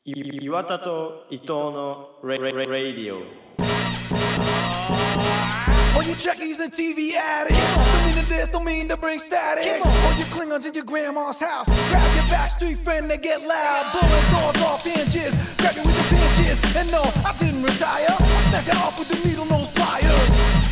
岩田と伊藤のレディオ。 All you trekkies and TV addicts, don't mean to this, don't mean to bring static. All you Klingons in your grandma's house, grab your backstreet friend, they get loud. Blowing doors off hinges, grab you with the pinches. And no, I didn't retire, I snatch it off with the needle nose pliers.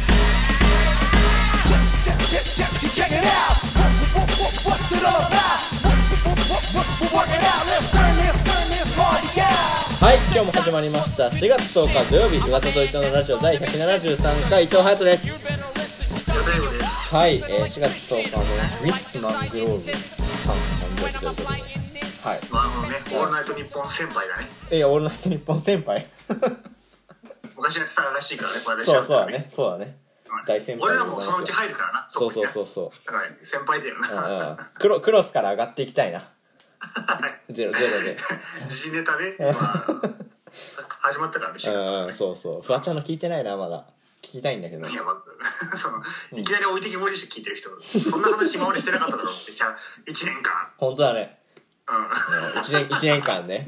Check it out. What's it all about? Work it out, let's turn this party out. はい、今日も始まりました4月10日土曜日、岩田と伊藤のラジオ第173回、伊藤隼人です。はい、4月10日のウィッツマングローブさんの誕生日ということで、はい、 オールナイトニッポン先輩だね。 オールナイトニッポン先輩昔やってたらしいからね、これでそうだね、そうだね、大先輩。 俺らもそのうち入るからな。 そうだから先輩だよな。 クロスから上がっていきたいな。ゼロで時事ネタで始まったからね、4月。 そうフワちゃんの聞いてないな、まだ聞きたいんだけど。 いや、いきなり置いてきぼりして聞いてる人、そんな話今までしてなかっただろうって。じゃあ1年間本当だね、1年間ね。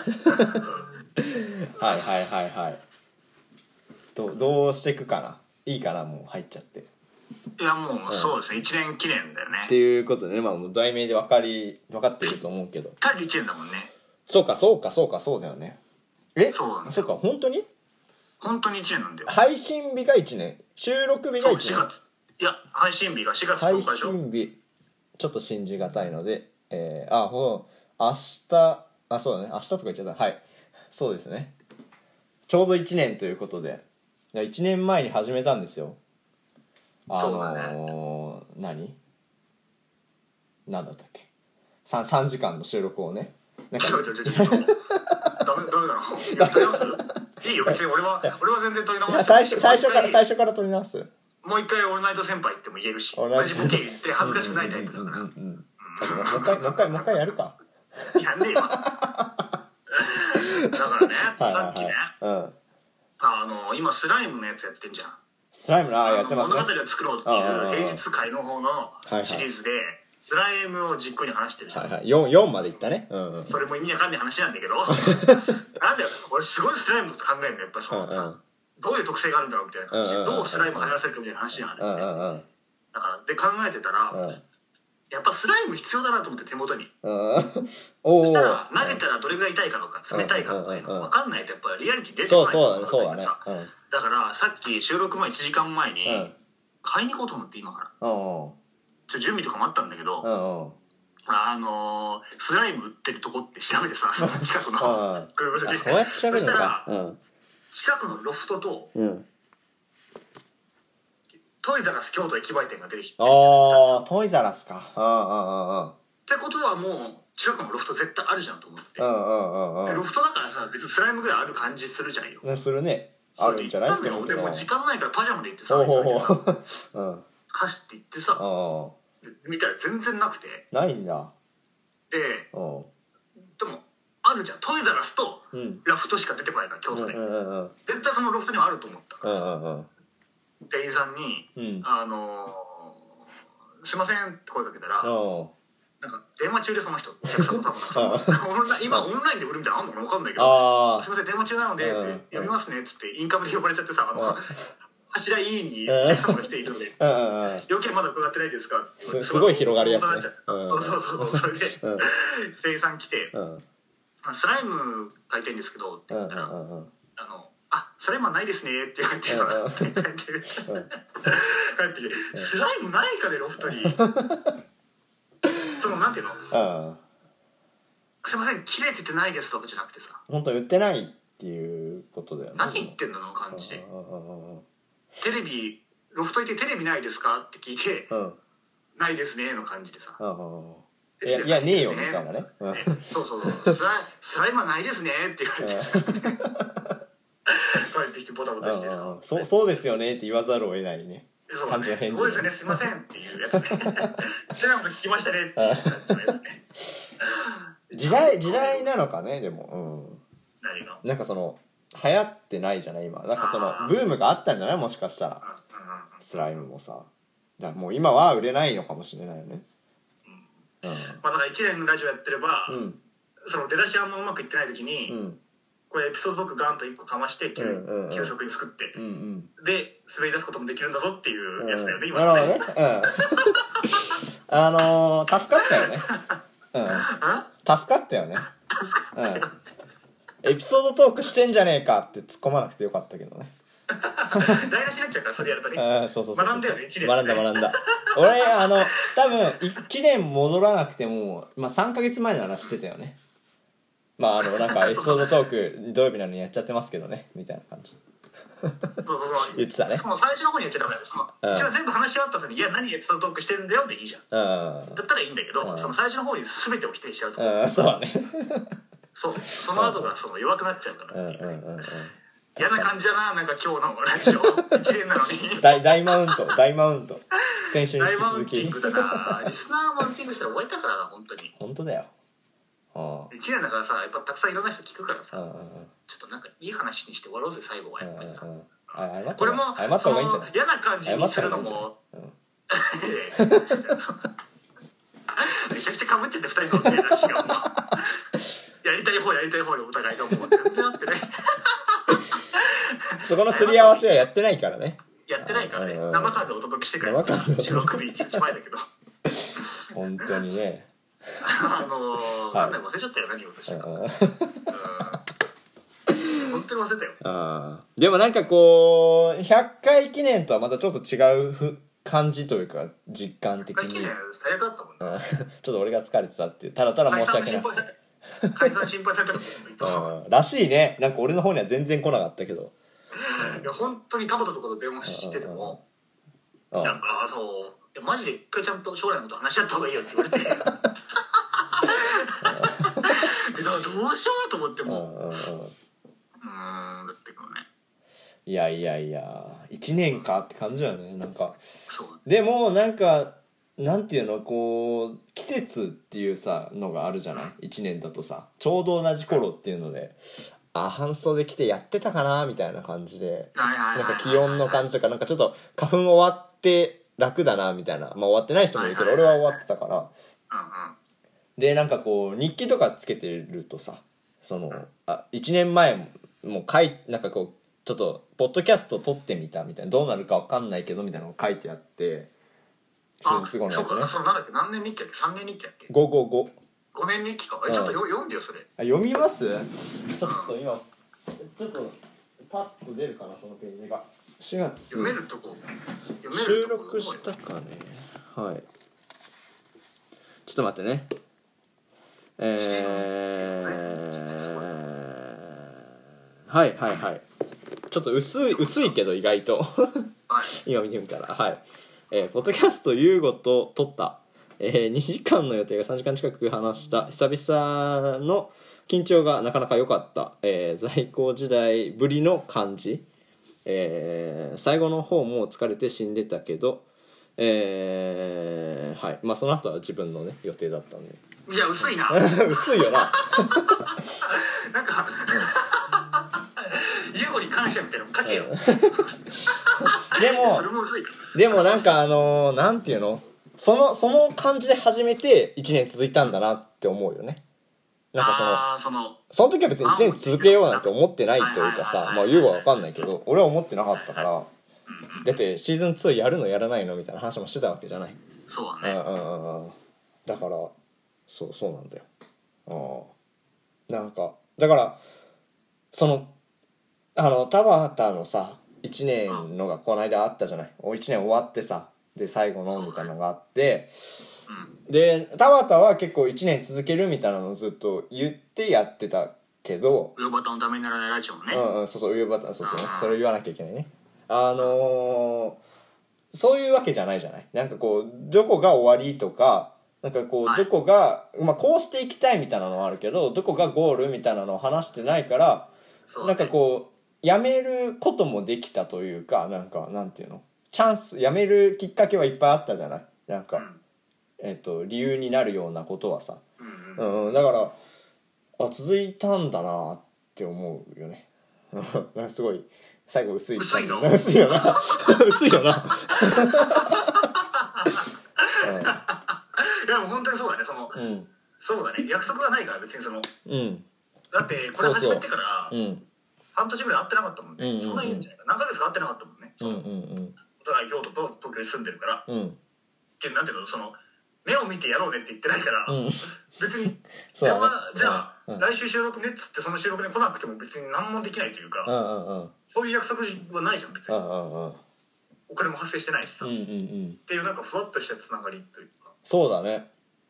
はいどうしていくかな。いいかな、もう入っちゃって。 いや、もうそうですね、1年記念だよねっていうことでね、まあもう題名で分かってると思うけど、 たり1年だもんね。 そうだよね。そうか、本当に 1年なんだよ。 配信日が1年、収録日が1年。 そう、4月。いや、配信日が4月10日でしょ。 配信日ちょっと信じがたいので、明日、そうだね、明日とか言っちゃった。はい、そうですね、ちょうど1年ということで、1年前に始めたんですよ。 そうだね。 なんだったっけ、3時間の収録をね。 ダメだろ。撮り直す？いいよ、別に俺は全然撮り直す。 最初から撮り直す。 もう一回オールナイト先輩っても言えるし、同じボケ言って恥ずかしくないタイプだから。 もう一回やるか。 やんねえよ。だからね、さっきね、今スライムのやつやってんじゃん。 スライムやってますね。 物語を作ろうっていう平日会の方のシリーズでスライムをじっくり話してるじゃん。 4までいったね。 それも意味わかんない話なんだけど、なんだよ、俺すごいスライムのこと考えるの。やっぱどういう特性があるんだろうみたいな感じで、どうスライムを流行らせるかみたいな話なんだよね。だからで考えてたら、やっぱスライム必要だなと思って、手元に。そしたら投げたらどれぐらい痛いかとか冷たいかとかいうの分かんないと、やっぱリアリティ出てこない。 そうだね。 だからさっき収録前1時間前に買いに行こうと思って、今から準備とかもあったんだけど、スライム売ってるとこって調べてさ、その近くのGoogleで。 そうやって調べるのか。 そしたら近くのロフトとトイザらス京都駅売店が出てきて、 トイザらスか。 ってことはもう近くのロフト絶対あるじゃんと思って。ロフトだからさ、別にスライムぐらいある感じするじゃんよ。 するね。あるんじゃないって思うけど。 でも時間ないからパジャマで行ってさ、走って行ってさ、見たら全然なくて。 ないんだ。 でもあるじゃん、トイザらスとラフトしか出てこないから、京都で。絶対そのロフトにはあると思ったからさ、店員さんにすいませんって声かけたら、なんか電話中で、その人お客さんも多分今オンラインで売るみたいなのあんのか分かんないけど、すいません電話中なので呼びますねっつってインカムで呼ばれちゃってさ、柱 E にお客様が来ているので要件まだ伺ってないですか。 すごい広がるやつね。 そうそれで店員さん来て、スライム買いたいんですけどって言ったら、スライムはないですねって言われてさ、帰ってきて、スライムないかねロフトに。そのなんていうの、すいません切れててないですとかじゃなくてさ、 本当に売ってないっていうことだよね。 何言ってんのの感じで、テレビロフト行ってテレビないですかって聞いて、ないですねの感じでさ、 いやねえよみたいなね。 そうスライムはないですねって言われて帰ってきてボタボタしてさ、 そうですよねって言わざるを得ないね。感じの返事。 そうですよね、すいませんっていうやつね。てなこと聞きましたねっていう感じのやつね。 時代なのかね、でも。 何が？ なんかその流行ってないじゃない今。なんかそのブームがあったんじゃない、もしかしたら。スライムもさ。だからもう今は売れないのかもしれないよね。 だから1年のラジオやってれば、 その出だしあんまうまくいってない時に、これエピソードトークガンと1個かま助速に作って、で滑り出すこともできるんだぞっていうやつだよね、今のね。助かったよね。助かったよね。エピソードトークしてんじゃねえかって突っ込まなくてよかったけどね。 台無しになっちゃうからそれやるとね。 そう学んだよね、1年。 学んだ。俺多分1年戻らなくても、3ヶ月前の話してたよね。なんかエピソードトーク土曜日なのにやっちゃってますけどねみたいな感じ。言ってたね。 その最初の方に言っちゃダメだよ。一応全部話し終わった後に、いや何エピソードトークしてんだよでいいじゃん。だったらいいんだけど、その最初の方に全てを否定しちゃうと。 そうだね。 その後が弱くなっちゃうからっていう。嫌な感じだな、なんか今日のラジオ1年なのに。 大マウント。先週に引き続き。 大マウンティングだな。リスナーマウンティングしたら終わりだからな、本当に。 本当だよ。 1年だからさ、やっぱたくさんいろんな人聞くからさ、ちょっとなんかいい話にして終わろうぜ最後はやっぱりさ。これも謝った方がいいんじゃない？ 嫌な感じにするのもめちゃくちゃかぶっちゃって2人の話がもうやりたい方にお互いがもう全然合ってないそこのすり合わせはやってないからね。 やってないからね。生感でお届けしてくれる収録日1日前だけど本当にね。 何年忘れちゃったよ、何をとしたか。本当に忘れたよ。 でもなんかこう100回記念とはまたちょっと違う感じというか実感的に。100回記念最悪だったもんね。 ちょっと俺が疲れてたっていう、ただ申し訳ない。 解散心配されたのらしいね。なんか俺の方には全然来なかったけど。 いや本当に田畑とかと電話してても、なんかマジで一回ちゃんと将来のこと話し合った方がいいよって言われてだからどうしようと思ってもだってこうね。 いや1年かって感じだよね。なんかそうでもなんかなんていうの、こう季節っていうさのがあるじゃない。1年だとさちょうど同じ頃っていうので、半袖着てやってたかなみたいな感じで、なんか気温の感じとか、なんかちょっと花粉終わって楽だなみたいな、終わってない人もいるけど俺は終わってたから、でなんかこう日記とかつけてるとさ、1年前もなんかこうちょっとポッドキャスト撮ってみたみたいな、どうなるか分かんないけどみたいなのが書いてあって、数日後のやつね。 そうか、なんだっけ、何年日記だっけ、3年日記だっけ。5年日記か。ちょっと読んでよそれ。 読みます？ちょっと今ちょっとパッと出るかな、そのページが。4月読めるとこ収録したかね。はい、ちょっと待ってね。はいちょっと薄いけど意外と今見てみたら、ポッドキャストユーゴと撮った、2時間の予定が3時間近く話した久々の緊張がなかなか良かった、在校時代ぶりの感じ、最後の方も疲れて死んでたけど、その後は自分のね予定だったんで。 いや薄いな薄いよななんかユーゴに感謝みたいなの書けよそれも薄いか。 でもなんかなんていうの、その感じで初めて1年続いたんだなって思うよね。なんかその時は別に1年続けようなんて思ってないというかさ、ユーゴは分かんないけど俺は思ってなかったから、だってシーズン2やるのやらないのみたいな話もしてたわけじゃない。 そうだね。 だからそうなんだよ。なんかだから田畑のさ1年のがこの間あったじゃない。1年終わってさ、で最後のみたいなのがあって、で田畑は結構1年続けるみたいなのをずっと言ってやってたけど、 ウヨバタのためにならないラジオもね。 ウヨバタ、そうね、それを言わなきゃいけないね。そういうわけじゃないじゃない。なんかこうどこが終わりとか、なんかこうどこが、こうしていきたいみたいなのはあるけど、どこがゴールみたいなのを話してないから、なんかこうやめることもできたというか、なんかなんていうの、チャンス、やめるきっかけはいっぱいあったじゃない。なんか、理由になるようなことはさ、だから続いたんだなって思うよねなんかすごい最後薄いよな薄いよなでも本当にそうだね。 そうだね、約束がないから別にうんだってこれ始めてからうん半年ぐらい会ってなかったもんね、 うんうんうん、 そんなにいいんじゃないか、何ヶ月か会ってなかったもんね、 うんうんうん、 お互い京都と東京に住んでるから、 うんけどなんていうの、目を見てやろうねって言ってないから、うん、別にそうだね、 じゃあ、うん、来週収録ねっつってその収録に来なくても別に何もできないというか、 うんうんうん、 そういう約束はないじゃん別に、 うんうんうん、 お金も発生してないしさ、 うんうんうん、 っていうなんかふわっとしたつながりというか。 そうだね。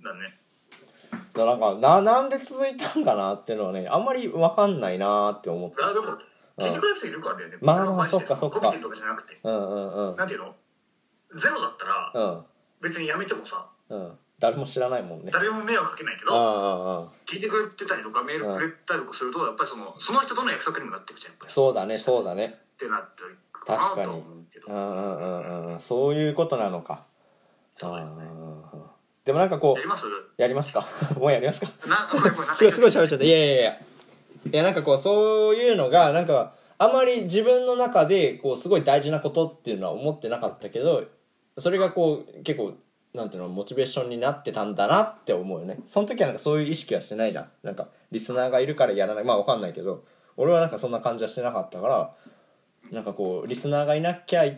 なんで続いたんかなっていうのはね、あんまり分かんないなって思って。 でも聞いてくれる人いるからね。 まあそっかそっか。 コミケとかじゃなくて、 うんうんうん、 なんていうの、ゼロだったら、うん、別にやめてもさ、 うん、誰も知らないもんね。 誰も迷惑かけないけど、聞いてくれてたりとかメールくれたりとかすると、やっぱりその人との約束にもなってくじゃん。 そうだねそうだね。 ってなってくかなと思うけど。 うんうんうんうん、そういうことなのか。そうだよね。でもなんかこうやりますかもうやりますかすごい喋っちゃった。いやなんかこうそういうのがなんかあまり自分の中でこうすごい大事なことっていうのは思ってなかったけど、それがこう結構なんていうのモチベーションになってたんだなって思うよね。その時はなんかそういう意識はしてないじゃん。なんかリスナーがいるからやらない、まあわかんないけど俺はなんかそんな感じはしてなかったから、なんかこうリスナーがいなきゃい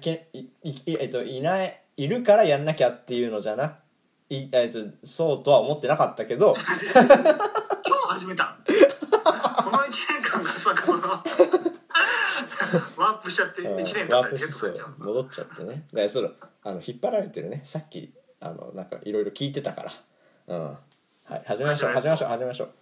るからやんなきゃっていうのじゃなそうとは思ってなかったけど今日始めたこの1年間がさワープしちゃって1年経ったり戻っちゃってね。だからそれ引っ張られてるね。さっきなんかいろいろ聞いてたから、うん、はい、始めましょう、うん、 企画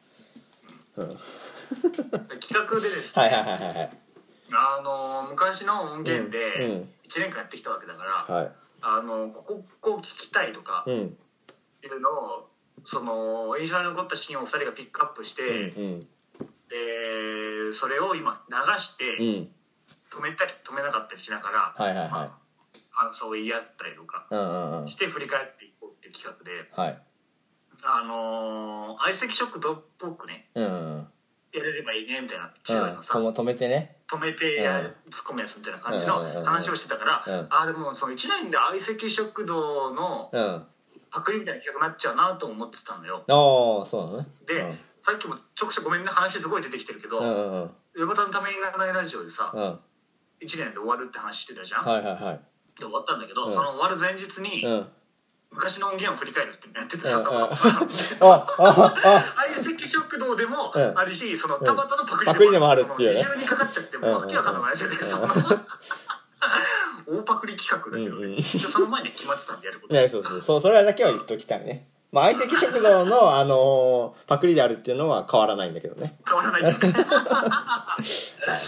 でですね、 はいはいはいはい、 昔の音源で1年間やってきたわけだから、うん、こう聞きたいとか、うんいうのを印象に残ったシーンを2人がピックアップして、うんうん、でそれを今流して、うん、止めたり止めなかったりしながら、 はいはいはい、 まあ、感想を言い合ったりとかして振り返っていこうっていう企画で、はい、相席食堂っぽくね、うんうん、やれればいいねみたいな、千鳥のさ、 止めてね、 止めてやる、ツッコミやつみたいな感じの話をしてたから、でもその1年で相席食堂の、パクリみたいな企画になっちゃうなと思ってたのよ。 ああ、そうなのね。 で、さっきもちょくちょくごめんね、話すごい出てきてるけど、ヨバタのためにならないラジオでさ、1年で終わるって話してたじゃん。 はいはいはい。 で終わったんだけど、その終わる前日に、昔の音源を振り返るってやっててさ、相席食堂でもあるし、その田端のパクリでもあるっていうね。二重にかかっちゃってもうわけわかんないじゃないですか。大パクリ企画だけどね、その前に決まってたんでやること。いや、 そうそれだけは言っときたいね。まあ相席食堂のパクリであるっていうのは変わらないんだけどね。 変わらないけどね。はい、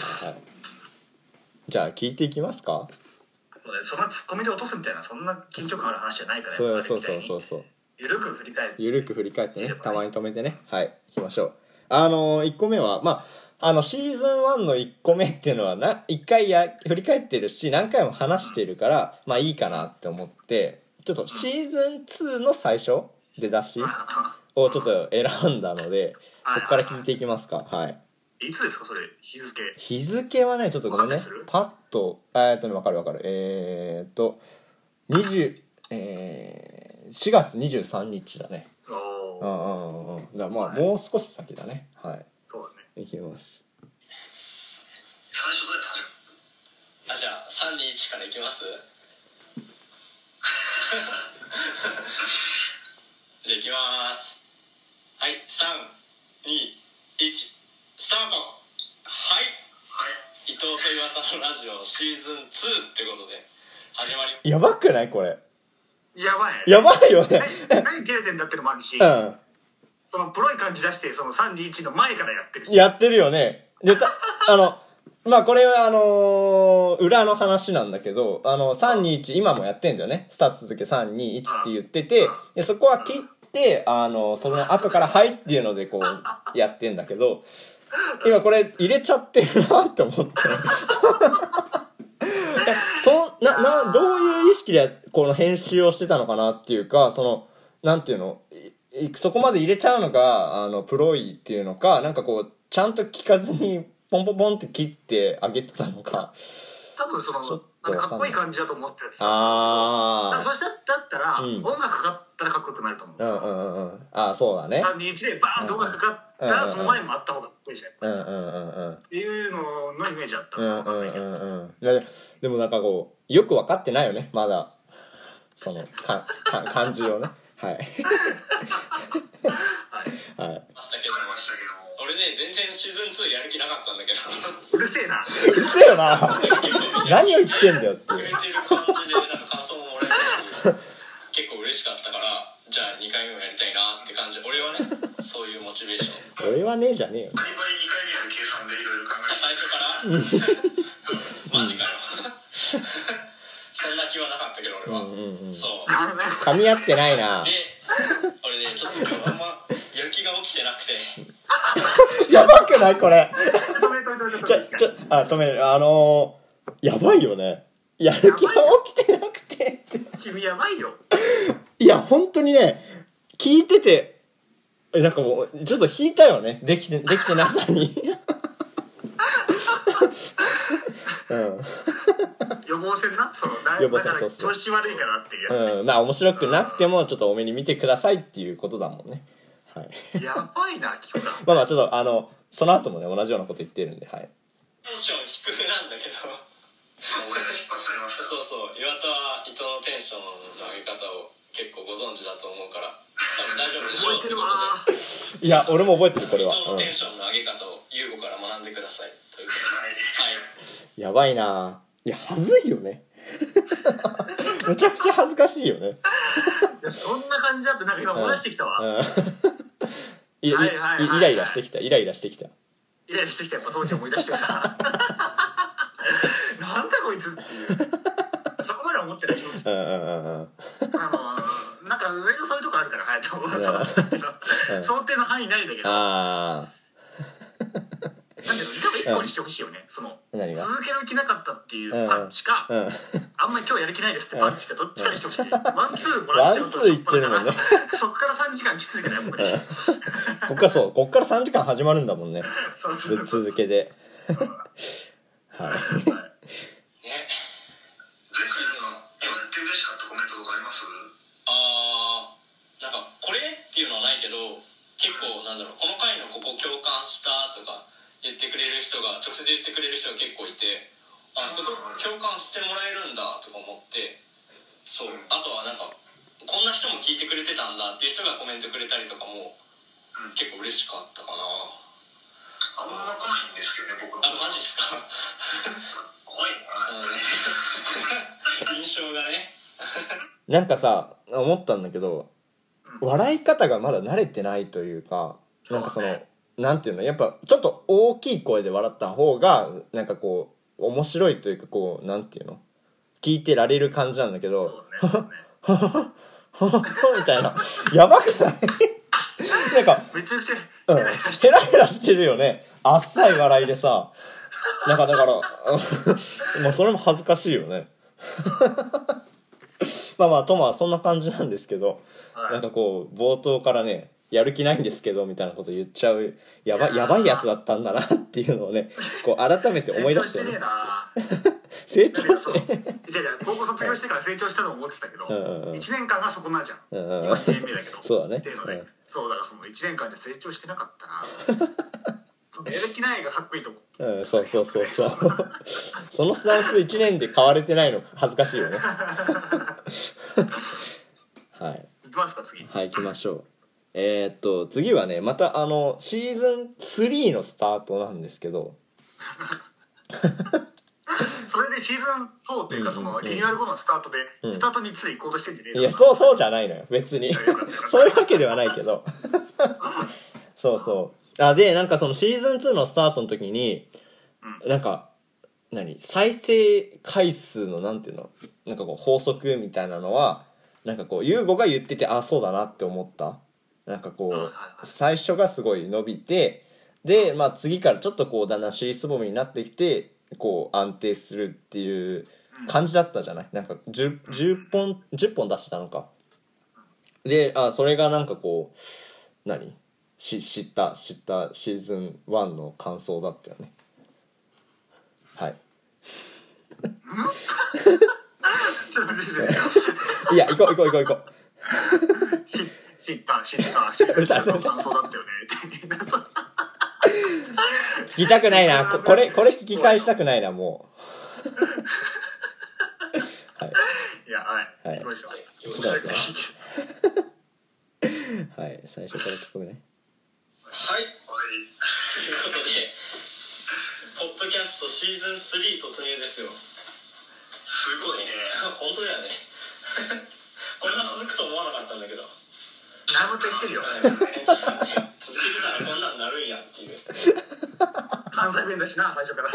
じゃあ聞いていきますか。 そんなツッコミで落とすみたいな、そんな緊張感ある話じゃないから、 そうゆるく振り返ってね、たまに止めてね。はい、行きましょう。1個目はまあシーズン1の1個目っていうのは1回振り返ってるし何回も話してるからまあいいかなって思って、ちょっとシーズン2の最初出だしをちょっと選んだので、そこから聞いていきますか。はい。 いつですかそれ、日付はねちょっとごめんね、パッと分かる4月23日だね。だからまあもう少し先だね。はい。 そうだね。 いきます。 最初どうやって始める？ じゃあ321からいきます。じゃあいきます。はい、321スタート。はい、伊藤と岩田のラジオシーズン2ってことで始まり。やばくないこれ？やばいよね。 何照れてんだってのもあるし、そのプロい感じ出してその321の前からやってるし。 やってるよね。でまあこれは裏の話なんだけど、321今もやってんだよね。スタート続け321って言ってて、でそこは切ってその後からはいっていうのでこうやってんだけど、今これ入れちゃってるなって思ってどういう意識でこの編集をしてたのかなっていうか、なんていうの、そこまで入れちゃうのがプロいっていうのか、なんかこうちゃんと聞かずにポンポンポンって切ってあげてたのか。 多分とかっこいい感じだと思ってるやつ。 あそしたったら、音楽かかったらかっこよくなると思う。 ああそうだね。 単に1でバーンと音楽かかったら、その前もあった方がかっこいいじゃん。っていうののイメージあった。 でもなんかこうよく分かってないよねまだその感じをね。はい。はい。 ましたけど俺ね全然シーズン2やる気なかったんだけどうるせえなうるせえよな何を言ってんだよって言ってる感じでなんか感想ももらえたし結構嬉しかったからじゃあ2回目もやりたいなって感じ。俺はねそういうモチベーション。 俺はねえじゃねえよ。 2回目やる計算でいろいろ考えて最初からマジかよそんな気はなかったけど俺は、そう噛み合ってないな。 で俺ねちょっと今日あんまやる気が起きてなくてやばくないこれ止め止めるやばいよね。やる気が起きてなくてって君やばいよ。 いや本当にね聞いててなんかもうちょっと引いたよね。できてなさに予防線なその予防線だから調子悪いからっていうやつ、 まあ面白くなくてもちょっと多めに見てくださいっていうことだもんね。はい。 やばいな聞くな。 まあちょっとその後もね同じようなこと言ってるんで、はい。 テンション低めなんだけど俺が引っ張ってありますから。 そう岩田は伊藤のテンションの上げ方を結構ご存知だと思うから多分大丈夫でしょうってことでいや俺も覚えてるこれは。 伊藤のテンションの上げ方を優吾から学んでくださいということで、 やばいな。いや恥ずいよねめちゃくちゃ恥ずかしいよね。 いやそんな感じだってなんか今思い出してきたわ。 イライラしてきた。イライラしてきたやっぱ当時思い出してさなんだこいつっていうそこまで思ってない正直。なんか上のそういうとこあるから隼人想定の範囲ないんだけどなんで多分1個にしてほしいよね。その続ける気なかったっていうパンチか、あんまり今日やる気ないですってパンチかどっちかにしてほしい。ワンツーもらっちゃうとワンツーいってるもんねそっから3時間きついけどやっぱりこっから3時間始まるんだもんねぶっ続けではいね前回やって嬉しかったコメントとかあります？ なんかこれっていうのはないけど結構なんだろうこの回のここ共感したとか言ってくれる人が直接言ってくれる人が結構いてそこ共感してもらえるんだとか思ってそうあとはなんかこんな人も聞いてくれてたんだっていう人がコメントくれたりとかも結構嬉しかったかな。 あんま来ないんですけどね僕。 マジっすか怖いな印象がねなんかさ思ったんだけど笑い方がまだ慣れてないというかなんかそのなんていうのやっぱちょっと大きい声で笑った方がなんかこう面白いというかこうなんていうの聞いてられる感じなんだけどみたいなやばくないなんかめちゃくちゃヘラヘラしてるよね。あっさい笑いでさなんかだからまあそれも恥ずかしいよねまあトマはそんな感じなんですけど、なんかこう冒頭からねやる気ないんですけどみたいなこと言っちゃうやばいやつだったんだなっていうのをねこう改めて思い出してね成長して高校卒業してから成長したと思ってたけど1年間がそこなんじゃん。今2年目だけどそうだねそうだからその1年間で成長してなかったなやる気ないがかっこいいと思う。 そうそのスタンス1年で変われてないの恥ずかしいよねはいいきますか次。 はい行きましょう。次はねまたシーズン3のスタートなんですけどそれでシーズン4っていうかそのリニューアル後のスタートでスタートについ行こうとしてんじゃねえの？ いやそうじゃないのよ別にそういうわけではないけどそうでなんかそのシーズン2のスタートの時になんか再生回数のなんていうのなんかこう法則みたいなのはなんかこうユーゴが言っててそうだなって思った。なんかこう最初がすごい伸びてでまあ次からちょっとこうだんだん尻すぼみになってきてこう安定するっていう感じだったじゃない。なんか 10本出してたのかでそれがなんかこう知ったシーズン1の感想だったよね。はいちょっといや行こう知ったシーズン2の感想だったよねって聞きたくないなこれ聞き返したくないなもうはいいやはいはい行きましょうちょっと待ってはい最初から聞こうねはい、ということでポッドキャストシーズン3突入ですよ。 すごいね本当だよねこんな続くと思わなかったんだけど何もと言ってるよ続けてたらこんなんなるんやっていう関西弁だしな最初から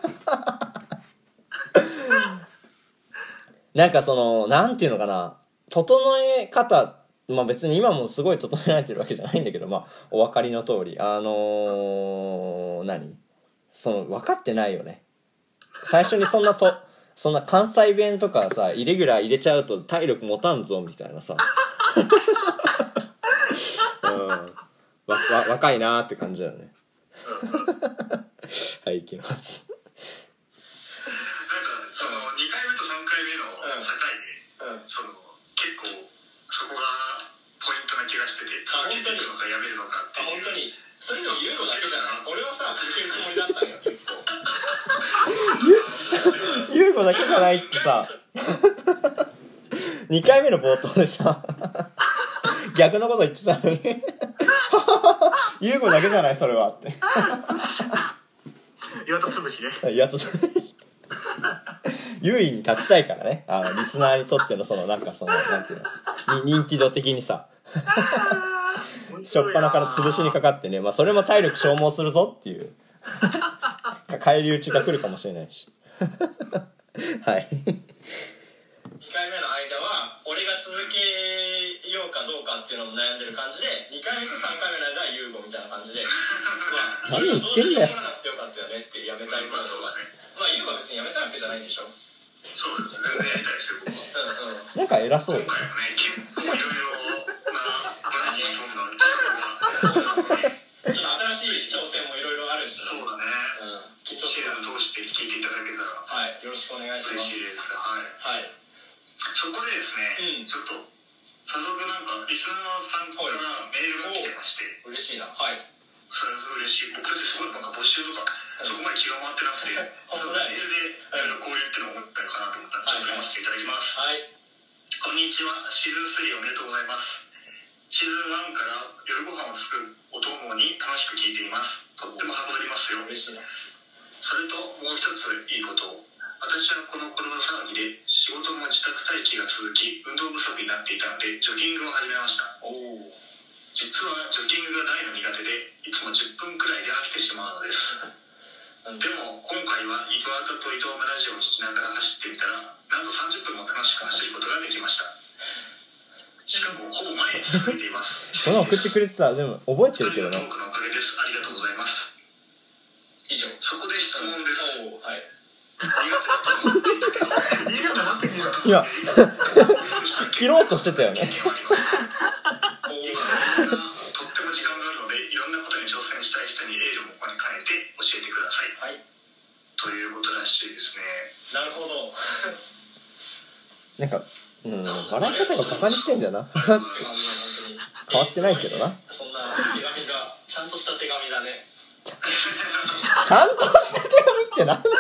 なんかそのなんていうのかな整え方まあ別に今もすごい整えられてるわけじゃないんだけどまあお分かりの通り何その分かってないよね最初にそんな関西弁とかさイレギュラー入れちゃうと体力持たんぞみたいなさ若いなーって感じだよねはい行きますなんかその2回目と3回目の境で、その結構そこがポイントな気がしてて続けていくのかやめるのかっていう本当にそれでも言うのだけじゃない俺はさ続けるつもりだったんよ結構優子だけじゃないってさ2回目の冒頭でさ逆のこと言ってたのに優子だけじゃないそれはって岩田潰しねやっと優位に立ちたいからねリスナーにとってのそのなんかそのなんていうの認知度的にさしょっぱなから潰しにかかってねまあそれも体力消耗するぞっていう返り討ちが来るかもしれないしはい 2回目の間は俺が続けようかどうかっていうのも悩んでる感じで2回目と3回目の間は優吾みたいな感じでまあそれが同時に起こらなくてよかったよねってやめたいことがねまあ優吾は別にやめたわけじゃないんでしょそうです全然やりたいですよ僕はなんか偉そう今回もね結構いろいろなバラエティートークの企画がちょっと新しい挑戦もいろいろあるしそうだね緊張するシーズン通して聞いていただけたらはいよろしくお願いします嬉しいですはいはいそこでですね、ちょっと早速なんかリスナーさんからメールが来てまして嬉しいなはいそれは嬉しい僕たちすごいなんか募集とかそこまで気が回ってなくてそのメールで交流っていうのを思ったのかなと思ったらちょっと読ませていただきますはいこんにちはシーズン3おめでとうございますシーズン1から夜ご飯を作るお供に楽しく聞いていますとってもはかどりますよ嬉しいなそれともう一ついいことを私はこのコロナ騒ぎで仕事も自宅待機が続き運動不足になっていたのでジョギングを始めました実はジョギングが大の苦手でいつも10分くらいで飽きてしまうのですでも今回は岩田と伊藤のラジオを聞きながら走ってみたらなんと30分も楽しく走ることができましたしかもほぼ毎日続いていますこの送ってくれてたでも覚えてるけどねトークのおかげですありがとうございます以上そこで質問ですはい苦手だと思っていたけどいいよなって今切ろうとしてたよね経験はありますとっても時間があるのでいろんなことに挑戦したい人にエールもここに変えて教えてください、 はい、 ということらしいですねなるほどなんか笑い方がバカにしてんだよな変わってないけどなそんな手紙がちゃんとした手紙だねちゃんとした手紙ってなんだ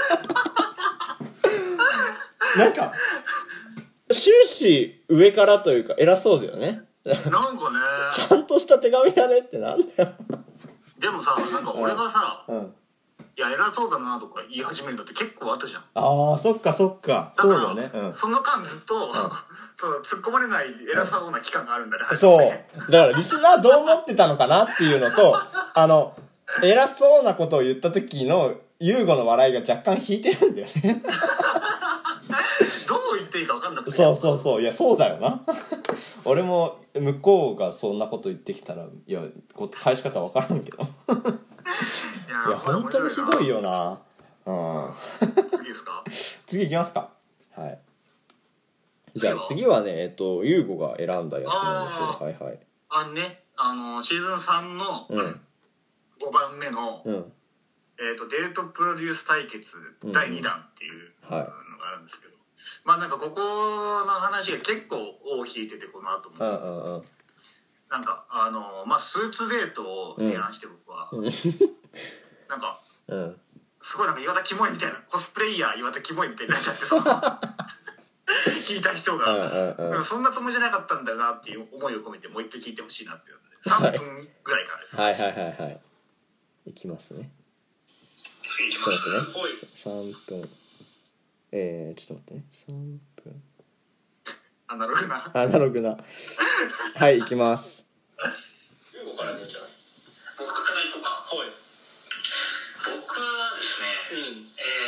なんか終始上からというか偉そうだよねなんかねちゃんとした手紙だねってなんだよでもさなんか俺がさ、 うんいや偉そうだなとか言い始めるのって結構あったじゃんああそっかそっかそうだよね、うん、 その間ずっと、その突っ込まれない偉そうな期間があるんだね、 そうだからリスナーどう思ってたのかなっていうのと偉そうなことを言った時の優吾の笑いが若干引いてるんだよねどう言っていいか分かんなくてそういやそうだよな俺も向こうがそんなこと言ってきたらいや返し方分からんけどいや本当にひどいよな次ですか次いきますかはいじゃあ次はね優吾が選んだやつなんですけどはいはいねシーズン3の5番目の、デートプロデュース対決第2弾っていうのがあるんですけど、 まあなんかここの話が結構尾を引いてて、この後も、なんかまあスーツデートを提案して僕は、なんか、すごいなんか岩田キモいみたいな、コスプレイヤー岩田キモいみたいになっちゃって、その聞いた人が、そんなつもりじゃなかったんだよなっていう思いを込めてもう一回聞いてほしいなっていうので3分ぐらいからです。 はいはいはいはい。いきますね。ちょっと待ってね。3分。ちょっと待ってね。3分。 アナログな。 アナログな。はい、いきます。 ユーゴからでいいんじゃない？僕からいこうか。はい。僕はですね、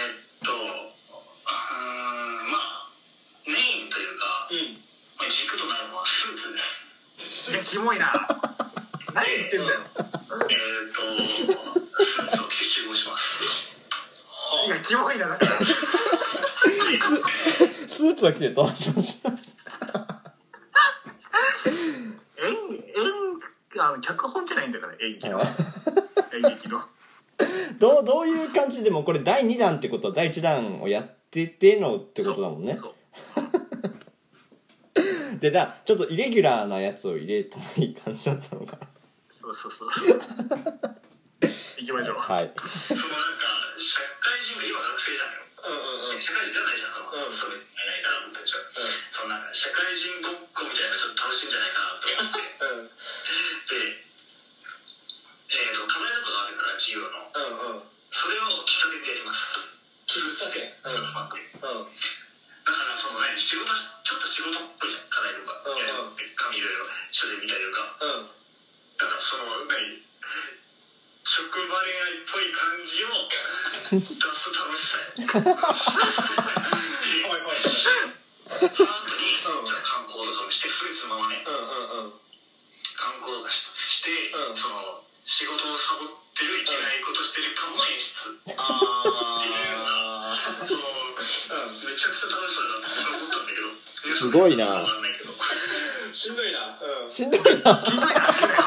まあメインというか、まあ、軸となるのはスーツです。 いや、キモいな。何言ってんだよ。 スーツを着て集合します。 いや、キモいな。 スーツを着て登場します。 脚本じゃないんだから、演劇の。 どういう感じでもこれ第2弾ってことは第1弾をやっててのってことだもんね。そうでちょっとイレギュラーなやつを入れたい感じだったのかな。 そう行きましょう。 はい。なんか社会人が今学生じゃないの。社会人じゃないじゃん。それないから僕たちは。そのなんか社会人ごっこみたいなのがちょっと楽しいんじゃないかなと思って。で、課題とかがあるから授業の。それを喫茶店でやります。喫茶店。だからその仕事ちょっと仕事っぽいじゃん、課題とかやるって紙いろいろ書類見たりとか。だからその職場恋愛っぽい感じを出す楽しさや。その後に観光とかもしてスーツのままね、観光とかして、その仕事をサボってるいけないことしてる感の演出っていうような、めちゃくちゃ楽しそうだなって思ったんだけど、 すごいな。 しんどいな。 しんどいな。しんどい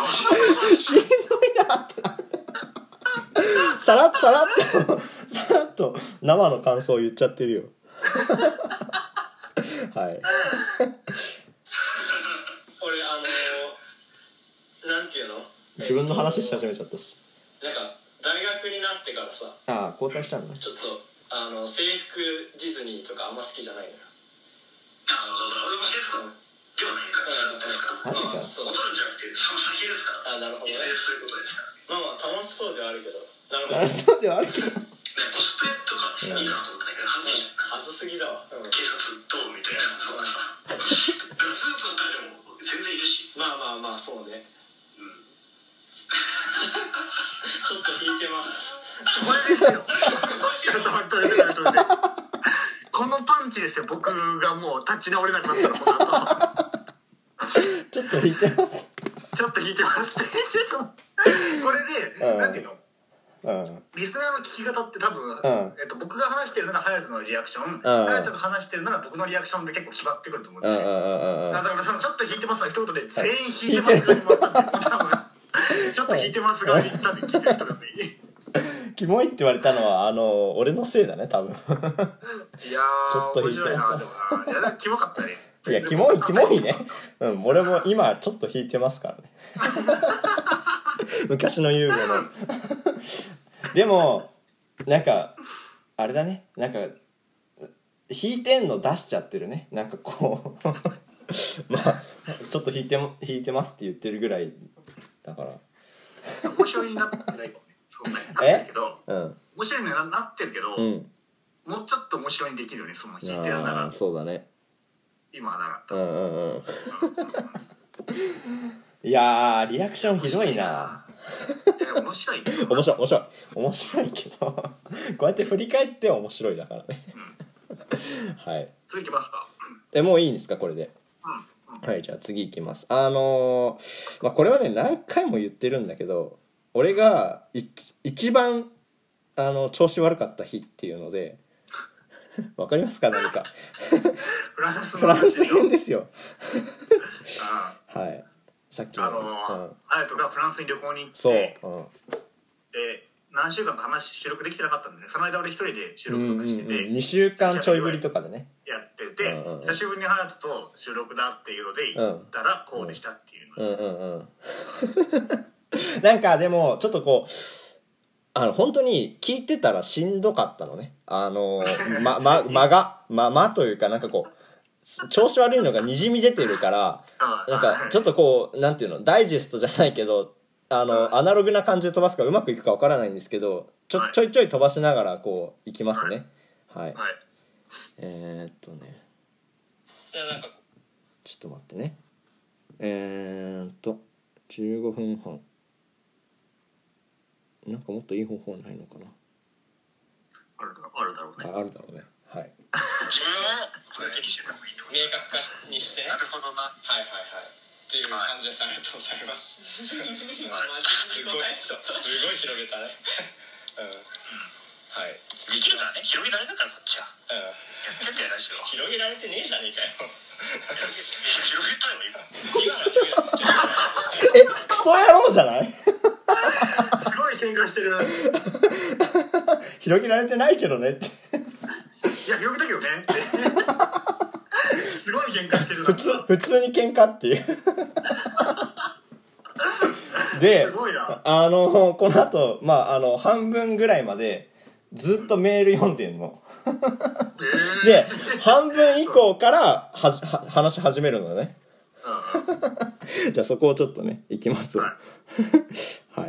なってさらっと生の感想を言っちゃってるよ。はい。 俺なんていうの？ 自分の話し始めちゃったし。 なんか大学になってからさ。 交代したんだ。 ちょっと制服ディズニーとかあんま好きじゃないのよ。俺も制服ではないから。 マジか。 踊るんじゃなくてその先ですから。なるほどね。そういうことですから。まあ楽しそうではあるけど。 楽しそうではあるけど。 コスプレとかいいかなと思ったんだけど、恥ずいじゃん。恥ずすぎだわ。警察どうみたいなのがさ。スーツだったらでも全然いるし。まあそうね。ちょっと引いてます。 これですよ。ちょっと待って。このパンチですよ。僕がもう立ち直れなくなったらこの後。 ちょっと引いてます。 ちょっと引いてますって。これで、なんていうの？リスナーの聞き方って多分、僕が話してるなら隼人のリアクション、隼人が話してるなら僕のリアクションで結構決まってくると思うんで、だからそのちょっと引いてますの一言で全員引いてますがにもあったんで、多分ちょっと引いてますが言ったんで聞いてる人ですね。 キモいって言われたのは俺のせいだね多分。いやちょっと引いてます。いやキモかったね。 いやキモいね。俺も今ちょっと引いてますからね。昔のユーゴの。でもなんかあれだね、なんか引いてんの出しちゃってるね。なんかこうまあちょっと引いてますって言ってるぐらいだから面白いになってないかもね。そんなになってるけど、面白いになってるけど、もうちょっと面白いにできるよね。その引いてるなら。 そうだね。 今なら。 いやリアクションひどいな。 面白いけどこうやって振り返って面白いだからね。はい。 続きますか。 もういいんですかこれで。はい、じゃあ次いきます。まあこれはね何回も言ってるんだけど、俺が一番調子悪かった日っていうのでわかりますか何か。 フランス編ですよ。はい。さっき隼人がフランスに旅行に行って、 そう、 で何週間か収録できてなかったんでね、その間俺一人で収録とかしてて、 2週間ちょいぶりとかでねやってて、久しぶりにハヤトと収録だっていうので言ったらこうでしたっていうの、 なんかでもちょっとこう本当に聞いてたらしんどかったのね。間というか、なんかこう調子悪いのがにじみ出てるから、なんかちょっとこうなんていうの、ダイジェストじゃないけどアナログな感じで飛ばすからうまくいくかわからないんですけど、ちょいちょい飛ばしながらこういきますね。はい。 いやなんかちょっと待ってね。15分半。なんかもっといい方法ないのかな。 あるだろうね。 あるだろうね。はい。 自分を明確にしてた方がいいと。 明確化にしてね。 なるほどな。 はいっていう感じです。ありがとうございます。すごい広げたね。はい。 できるからね、広げられるからこっちは。やってんだよラジオ。 広げられてねえじゃねえかよ。 広げたよ今。 クソ野郎じゃない？ すごい喧嘩してる。 広げられてないけどねって。 いや広げたけどねって。すごい喧嘩してるな。 普通に喧嘩っていう。で、 すごいな。 この後半分ぐらいまでずっとメール読んでんの。で半分以降から話し始めるのね。じゃあそこをちょっとねいきますわ。はい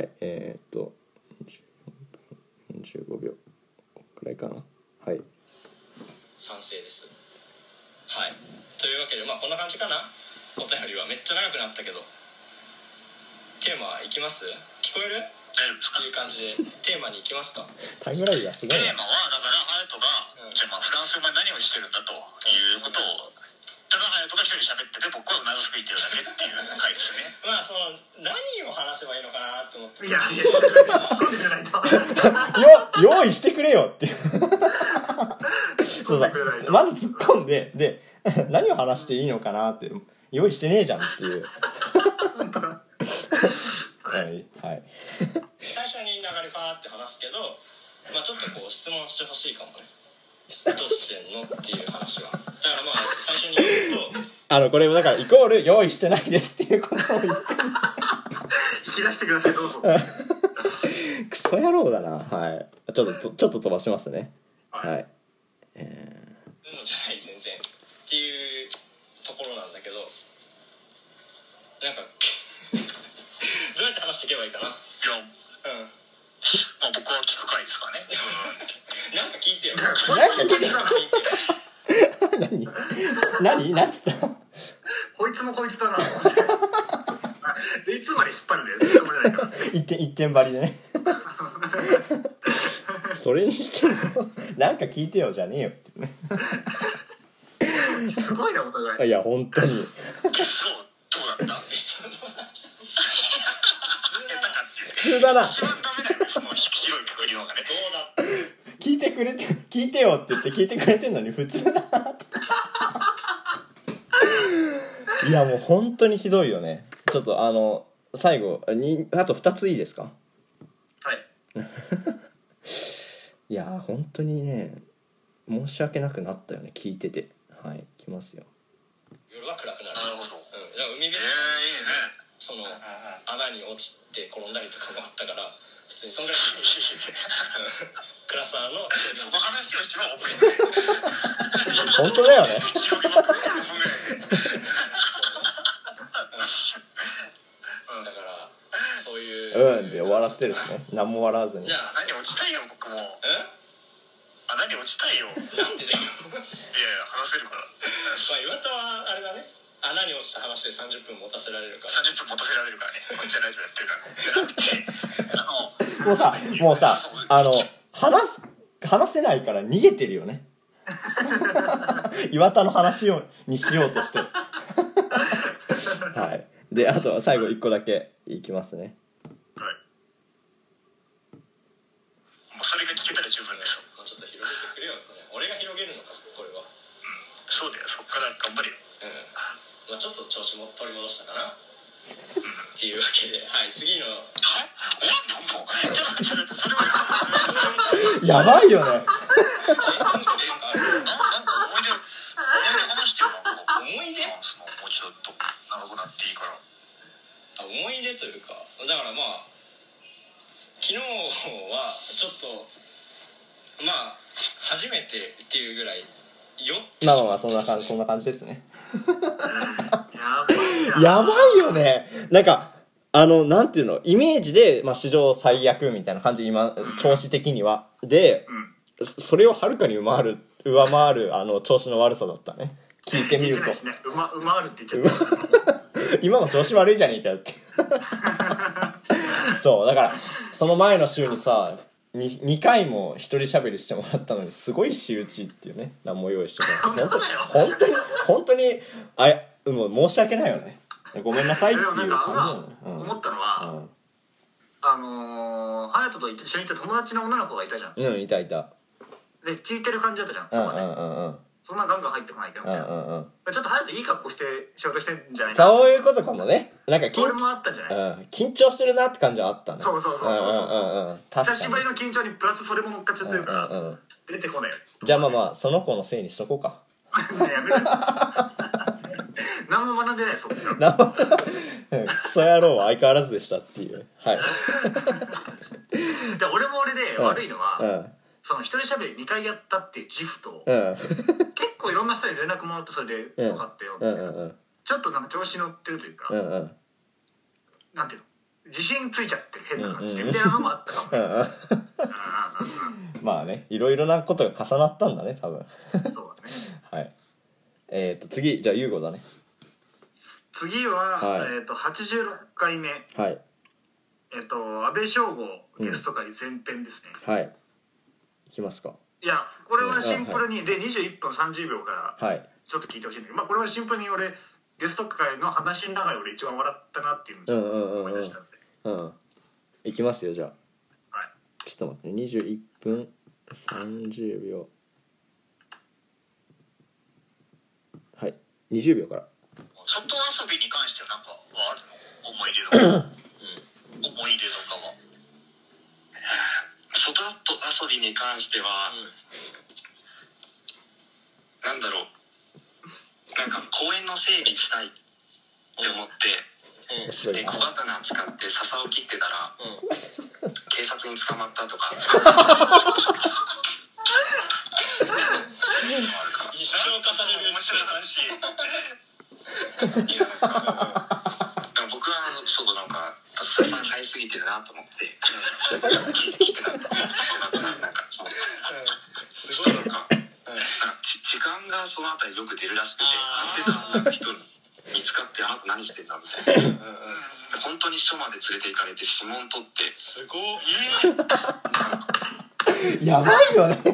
、45秒こんくらいかな。はい、 賛成です。はい、というわけでこんな感じかな。お便りはめっちゃ長くなったけど、テーマいきます？聞こえる？ 大丈夫ですか？ っていう感じでテーマに行きますか。 タイムラグがすごい。 テーマはだからハヤトが、じゃあフランス語で何をしてるんだということを、ただハヤトが一人喋ってて僕はうなずくいてるだけっていう回ですね。 その何を話せばいいのかなって思って。 いや突っ込んでじゃないと。 用意してくれよっていう。そうまず突っ込んで、何を話していいのかなって用意してねえじゃんっていう。はい最初に流れファーって話すけど、ちょっとこう質問してほしいかもね。どうしてんのっていう話は。だから最初に言うとこれだからイコール用意してないですっていうことを言ってる。 引き出してください、どうぞ。 クソ野郎だな。はい。ちょっと飛ばしますね。はい。 じゃない全然っていうところなんだけど、なんかどうやって話していけばいいかな。 僕は聞く回ですからね。 なんか聞いてよ。 何なんつった？ こいつもこいつだな。でいつまで引っ張るんだよ。 一点張りでね。それにしてもなんか聞いてよじゃねえよってね。 すごいなお互い。 いや本当に。 そうどうだった？ 普通だな。 一番ダメだよね、その広いくくりのがね。 どうだった？ 聞いてよって言って聞いてくれてんのに普通だな。いやもう本当にひどいよね。ちょっと最後にあと2ついいですか？ はい。 いや本当にね申し訳なくなったよね聞いてて。はい、きますよ。 夜は暗くなる。 なるほど。 海辺いいね。 その穴に落ちて転んだりとかもあったから普通にそんぐらいクラスターのその話をしても本当だよね。 広げまくってる分ぐらいね。 だからそういうで終わらせてるしね。何も笑わずに。 じゃあ何落ちたいよ僕も。何落ちたいよ。 なんでだよ。 いや話せるから。 岩田はあれだね。穴に落ちた話で30分持たせられるから。 30分持たせられるからね。こっちはラジオやってるから。じゃなくてもうさ話せないから逃げてるよね。岩田の話にしようとして。はい。であと最後1個だけいきますね。 はい。もうそれが聞けたら十分ですよ。 ちょっと広げてくれよ。俺が広げるのかこれは。 そうだよ。そっから頑張れよ。 ちょっと調子も取り戻したかな。っていうわけで、はい、次の。 やばいよね。 思い出まあ初めてっていうぐらい酔ってまあまあまあしまってそんな感じですね。 やばいやばいよね。なんかなんていうの、イメージで、まあ、史上最悪みたいな感じ、今調子的にはで、それをはるかに上回る調子の悪さだったね。聞いてみるとうまるって言っちゃった今も調子悪いじゃねえかよってそうだからその前の週にさ2回も一人喋りしてもらったのにすごい仕打ちっていうね、何も用意してない本当にもう申し訳ないよね、ごめんなさいっていう感じなの、 思ったのは、隼人と一緒にいた友達の女の子がいたじゃん。 いたで聞いてる感じだったじゃん。そんなガンガン入ってこないけどみたいな、ちょっと隼人いい格好して仕事してんじゃないかな。 そういうことかもね。なんかそれもあったんじゃない、 緊張してるなって感じはあったね。 そう久しぶりの緊張にプラスそれも乗っかっちゃってるから、出てこないよ。 じゃあまあその子のせいにしとこうかやめろ何も学んでないそんクソ野郎は相変わらずでしたっていう。はいで俺も俺で悪いのは、その一人喋り2回やったっていう自負と、結構いろんな人に連絡もらってそれで分かったよみたいな、ちょっとなんか調子乗ってるというか、なんていうの、自信ついちゃってる変な感じでみたいなのもあったかもね。 まあね、いろいろなことが重なったんだね多分そうだね。 はい。次じゃあ優吾だね。 次は、86回目、 はい、 安倍翔吾ゲスト会前編ですね。 はい、いきますか。 いやこれはシンプルに、で21分30秒からちょっと聞いてほしいんだけど、まあこれはシンプルに俺ゲスト会の話の中で俺一番笑ったなっていうのを思い出したんで、 いきますよじゃあ。 はい、 ちょっと待ってね、21分30秒、はい、20秒から。 外遊びに関しては何かはあるの？思い出の思い出とかは。外遊びに関しては、なんだろう、なんか公園の整備したいって思って、で小刀使って笹を切ってたら、警察に捕まったとか一生重ねる面白い話。いや僕はそうなんか笹生えすぎてるなと思って切ってなんかすごいなんか時間がそのあたりよく出るらしくて、会ってたなんか人に見つかって、あなた何してんだみたいな本当に署まで連れて行かれて指紋取って、すごいやばいよね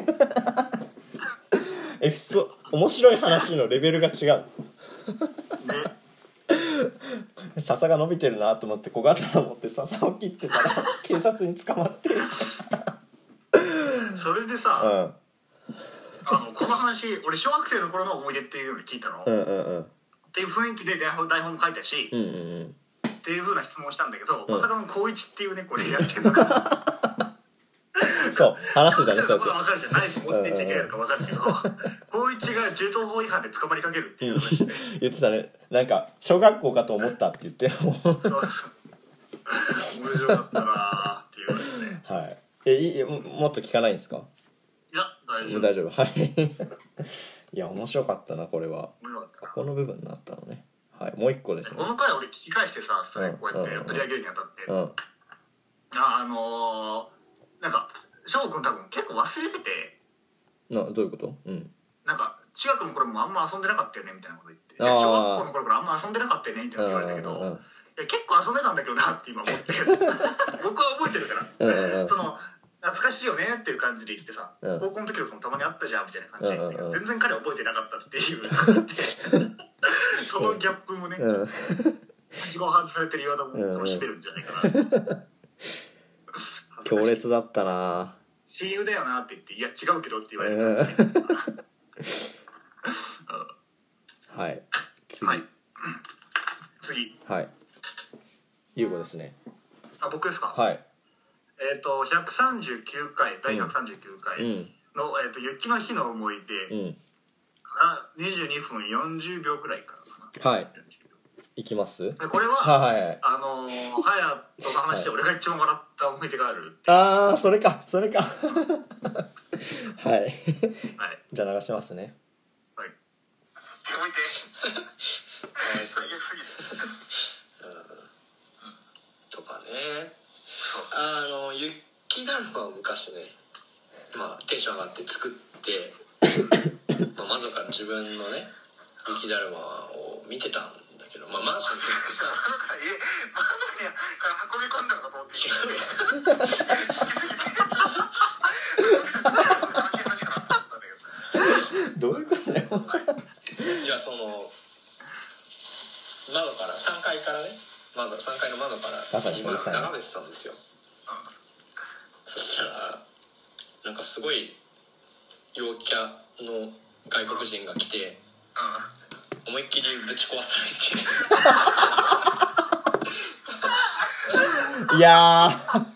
面白い話のレベルが違う笹が伸びてるなと思って小刀持って笹を切ってたら警察に捕まってそれでさ、この話俺小学生の頃の思い出っていうのに聞いたの、っていう雰囲気で台本も書いたし、っていう風な質問をしたんだけど、まさかの高一っていうねこれやってるのかそう話してたね。 そう分かるじゃん、ナイフ持ってっちゃいけないのか分かるけど高一が銃刀法違反で捕まりかけるっていう話で言ってたね。なんか小学校かと思ったって言ってそう面白かったなっていう話ね。 はい。もっと聞かないんですか？ いや大丈夫はい。いや面白かったなこれは。 面白かったな。 ここの部分になったのね。はい。もう一個ですね。 この回俺聞き返してさ、それこうやって取り上げるにあたって、なんか翔くん多分結構忘れてて、 どういうこと？ なんか中学の頃もあんま遊んでなかったよねみたいなこと言って、じゃあ小学校の頃からあんま遊んでなかったよねみたいな言われたけど、いや結構遊んでたんだけどなって今思って僕は覚えてるからその懐かしいよねっていう感じで言ってさ、高校の時とかもたまにあったじゃんみたいな感じで言って、全然彼は覚えてなかったっていうそのギャップもね、自分を外されてる岩田も楽しめるんじゃないかな。 強烈だったな。 親友だよなって言って、いや違うけどって言われる感じではい、次はい、優吾ですね。 あ、僕ですか？ はい。 139回第139回の、雪の日の思い出から22分40秒くらいからかな。はい。いきます。 これは、隼人の話で俺が一番笑った思い出がある。 ああ、それか。 はいはいじゃあ流しますね。 はい。置いて。最悪すぎる。 とかね。雪だるまを昔ね、まあテンション上がって作ってまあ窓から自分のね雪だるまを見てたんだけど、まあマンションに住んでさ窓から運び込んだのかと思って違うでしょ好きすぎて楽しい話かなと思ったんだけどどういうことだよいやその窓から3階からね3階の窓から今眺めてたんですよ、そしたらなんかすごい陽キャの外国人が来て、思いっきりぶち壊されていや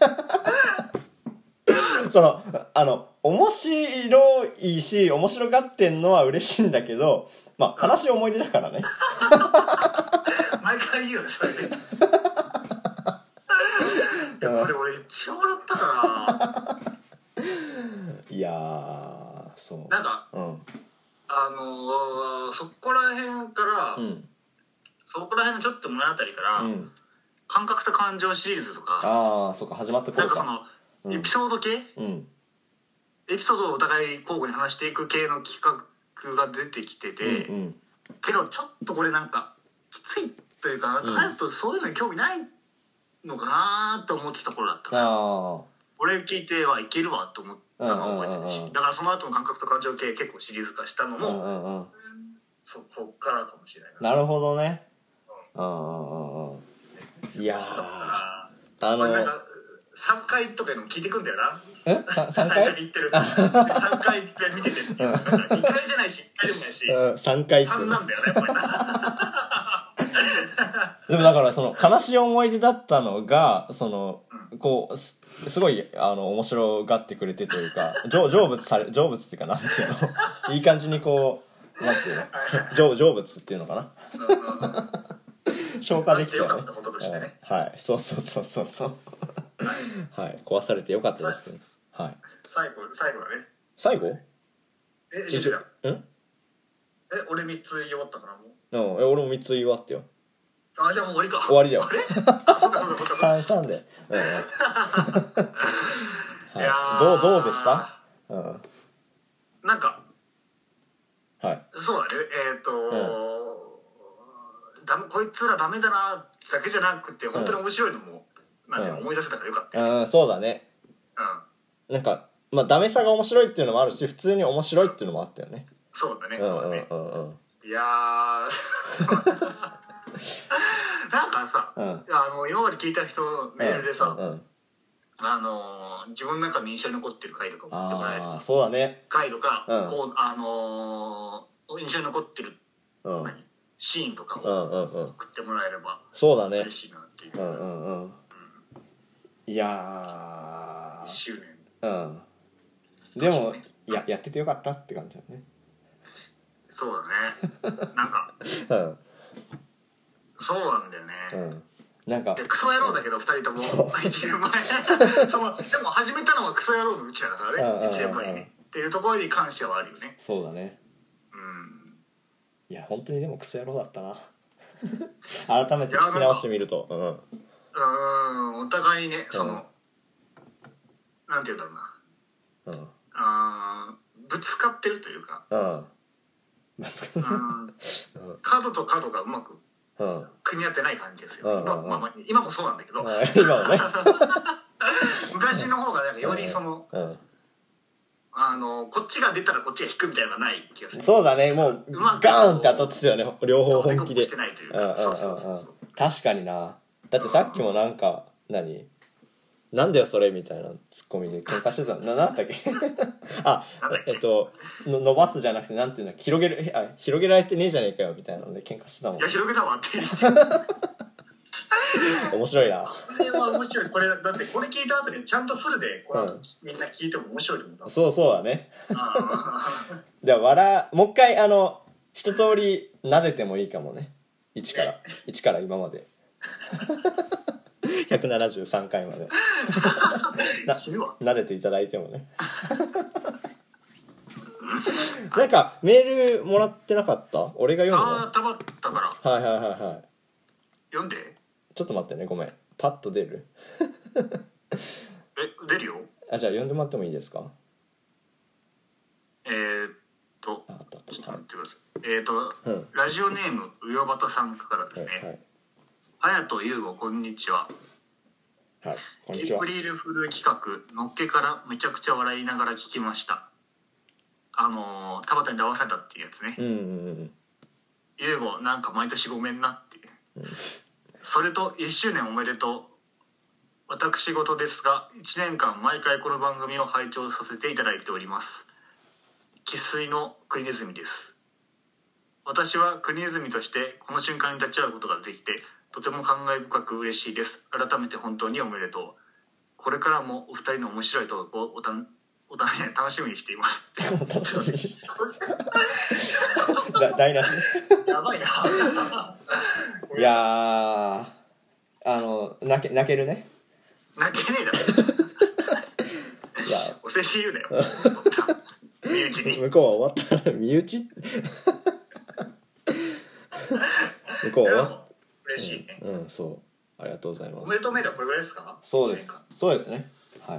その面白いし面白がってんのは嬉しいんだけど、まあ悲しい思い出だからね毎回言うよねそれでいやこれ俺一番笑ったからいやーそうなんか、そこら辺から、そこら辺のちょっと物語から、感覚と感情シリーズとかそうか始まった頃かなんかその、エピソード系、エピソードをお互い交互に話していく系の企画が出てきてて、けどちょっとこれなんかきついというか隼人そういうのに興味ないのかなと思ってた頃だったから俺聞いてはいけるわと思ったのを覚えてるし、だからその後の感覚と感情系結構シリーズ化したのも、そこからかもしれないなるほどね。いやーなんか3回とかの聞いてくんだよな。 3回最初に言ってる3回って見ててっていうなんか2回じゃないし1回でもないし 3回って 3なんだよねやっぱりなでもだからその悲しい思い出だったのがそのこうすごい面白がってくれてというか成仏っていうかなんていうのいい感じにこうなんていうの成仏っていうのかな消化できたよね。 よかったこととしてね。 はいそうはい壊されてよかったです。はい最後だね。 最後俺3つ言い終わったからもう。 俺も3つ言い終わったよ。 じゃあもう終わりか。 終わりだよ。 あれ 3で。 いやどうでした？ なんかはいそうだねこいつらダメだなだけじゃなくて本当に面白いのもなんていうの思い出せたからよかったよ。 そうだね。なんかまあダメさが面白いっていうのもあるし普通に面白いっていうのもあったよね。 そうだねそうだね。いやなんかさ今まで聞いた人メールでさ自分の中の印象に残ってる回とか送ってもらえるそうだね回とかこう印象に残ってるシーンとかを送ってもらえればそうだね嬉しいなっていう。 いや 1周年でもやっててよかったって感じだね。 そうだねなんかそうなんだよね。 なんかクソ野郎だけど2人とも1年前でも始めたのはクソ野郎のうちだからね1年前にねっていうところに関してはあるよね。 そうだね。いや本当にでもクソ野郎だったな改めて聞き直してみるとお互いねそのなんて言うんだろうなぶつかってるというか角と角がうまく組み合ってない感じですよ。今もそうなんだけど今もね昔の方がなんかよりそのこっちが出たらこっちが引くみたいなのがない気がする。 そうだねもうガーンって当たってたよね両方本気で。確かにな。だってさっきもなんかなんだよそれみたいなツッコミで喧嘩してたなんだっけ伸ばすじゃなくてなんていうの広げられてねえじゃねえかよみたいなので喧嘩してたもん。 いや広げたわって言って面白いな。 これは面白い。これだってこれ聞いた後にちゃんとフルでこの後みんな聞いても面白いと思った。 そうだねじゃあもう一回一通り撫でてもいいかもね。1から今まで173回まで死ぬわ。 撫でていただいてもねなんかメールもらってなかった？俺が読むの？ ああ、たまったからはいはいはいはい。 読んで。 ちょっと待ってね、ごめん。パッと出る出るよ。 あ、じゃあ読んでもらってもいいですか？ あったあった。 ちょっと待ってください。ラジオネームうよばたさんからですね。はやとゆうごこんにちは。 はい、こんにちは。 エイプリルフル企画のっけからめちゃくちゃ笑いながら聞きました。田畑に騙されたっていうやつね。ゆうごなんか毎年ごめんなっていう、それと1周年おめでとう。私事ですが1年間毎回この番組を拝聴させていただいております。生粋のクリネズミです。私はクリネズミとしてこの瞬間に立ち会うことができてとても感慨深く嬉しいです。改めて本当におめでとう。これからもお二人の面白いトークを楽しみにしています楽しみにして台無しやばいないや泣けるね。 泣けねえだろいやお世辞言うなよ身内に。 向こうは終わったら身内向こうは終わった。 嬉しいね。 そうありがとうございます。 おめでとうメールはこれぐらいですか？ そうですね。はい。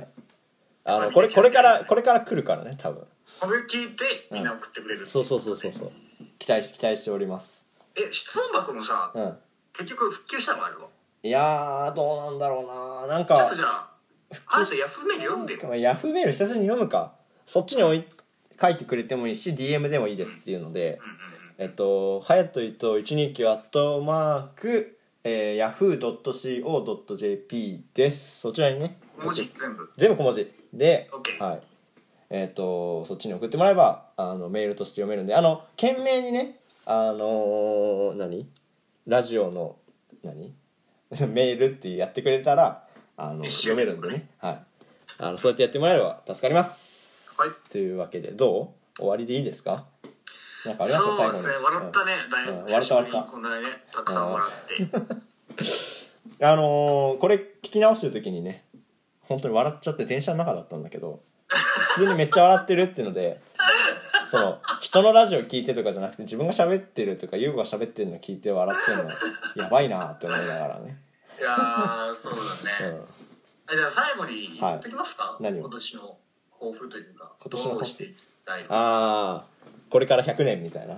これから来るからね、多分。 これ聞いてみんな送ってくれる、 そう期待しております。 質問箱もさ、結局復旧したのあるわ。 いやーどうなんだろうな。なんかちょっとじゃあなたヤフーメール読んでよ。 ヤフーメール久々に読むか。そっちに書いてくれてもいいし DM でもいいですっていうので、はやといと129yahoo.co.jp です。そちらにね、 小文字全部小文字で、 はい、 そっちに送ってもらえばメールとして読めるんで、懸命にねラジオのメールってやってくれたら読めるんでね、はい、そうやってやってもらえれば助かります、はい、というわけでどう？終わりでいいですか？なんかありますか？ そうですね、笑ったね、だいぶ久しぶりにこんなねたくさん笑ってこれ聞き直してる時にね本当に笑っちゃって電車の中だったんだけど普通にめっちゃ笑ってるっていうのでその人のラジオ聞いてとかじゃなくて自分が喋ってるとか優吾が喋ってるの聞いて笑ってるのやばいなって思いながらね。 いやーそうだね、じゃあ最後に言っときますか、 何を今年の抱負というか今年のどうしていきたい。 これから100年みたいな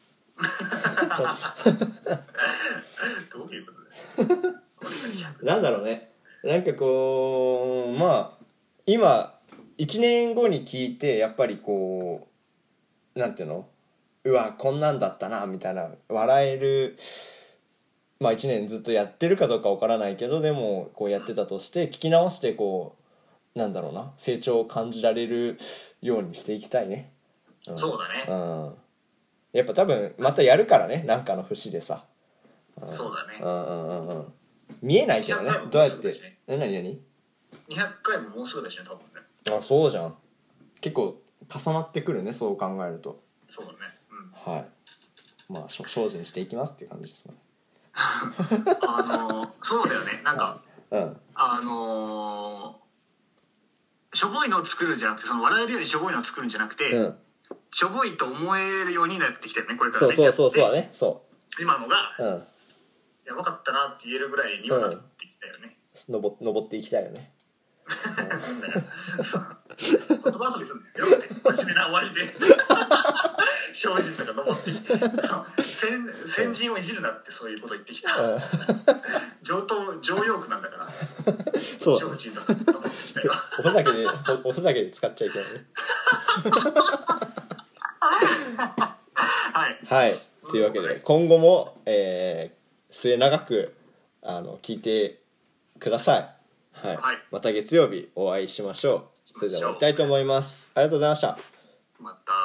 どういうことだよなんだろうね、なんかこう今1年後に聞いてやっぱりこうなんていうの、うわこんなんだったなみたいな笑える、1年ずっとやってるかどうかわからないけどでもこうやってたとして聞き直してこうなんだろうな成長を感じられるようにしていきたいね。 そうだね、 やっぱ多分またやるからね、なんかの節でさ、 そうだね、 見えないけどね、どうやって何 200回ももうすぐだしね多分ね。 そうじゃん、結構重なってくるね、そう考えると。 そうだね、 はい、精進していきますっていう感じですねそうだよね、なんか、しょぼいのを作るんじゃなくて、その笑えるようにしょぼいのを作るんじゃなくて、しょぼいと思えるようになってきたよね、これからね。 そうだね、 今のが、やばかったなって言えるぐらいにはなってきたよね。 登っていきたいよね。 なんだよ言葉遊びすんだよ、よって真面目な終わりで精進とか登ってきて先人をいじるなってそういうこと言ってきた常用句なんだからそう精進とか登ってきたよおふざけで使っちゃいけないねはいというわけで今後も、末永く聞いてください。はい、また月曜日お会いしましょう。それでは終わりたいと思います。ありがとうございました。 また。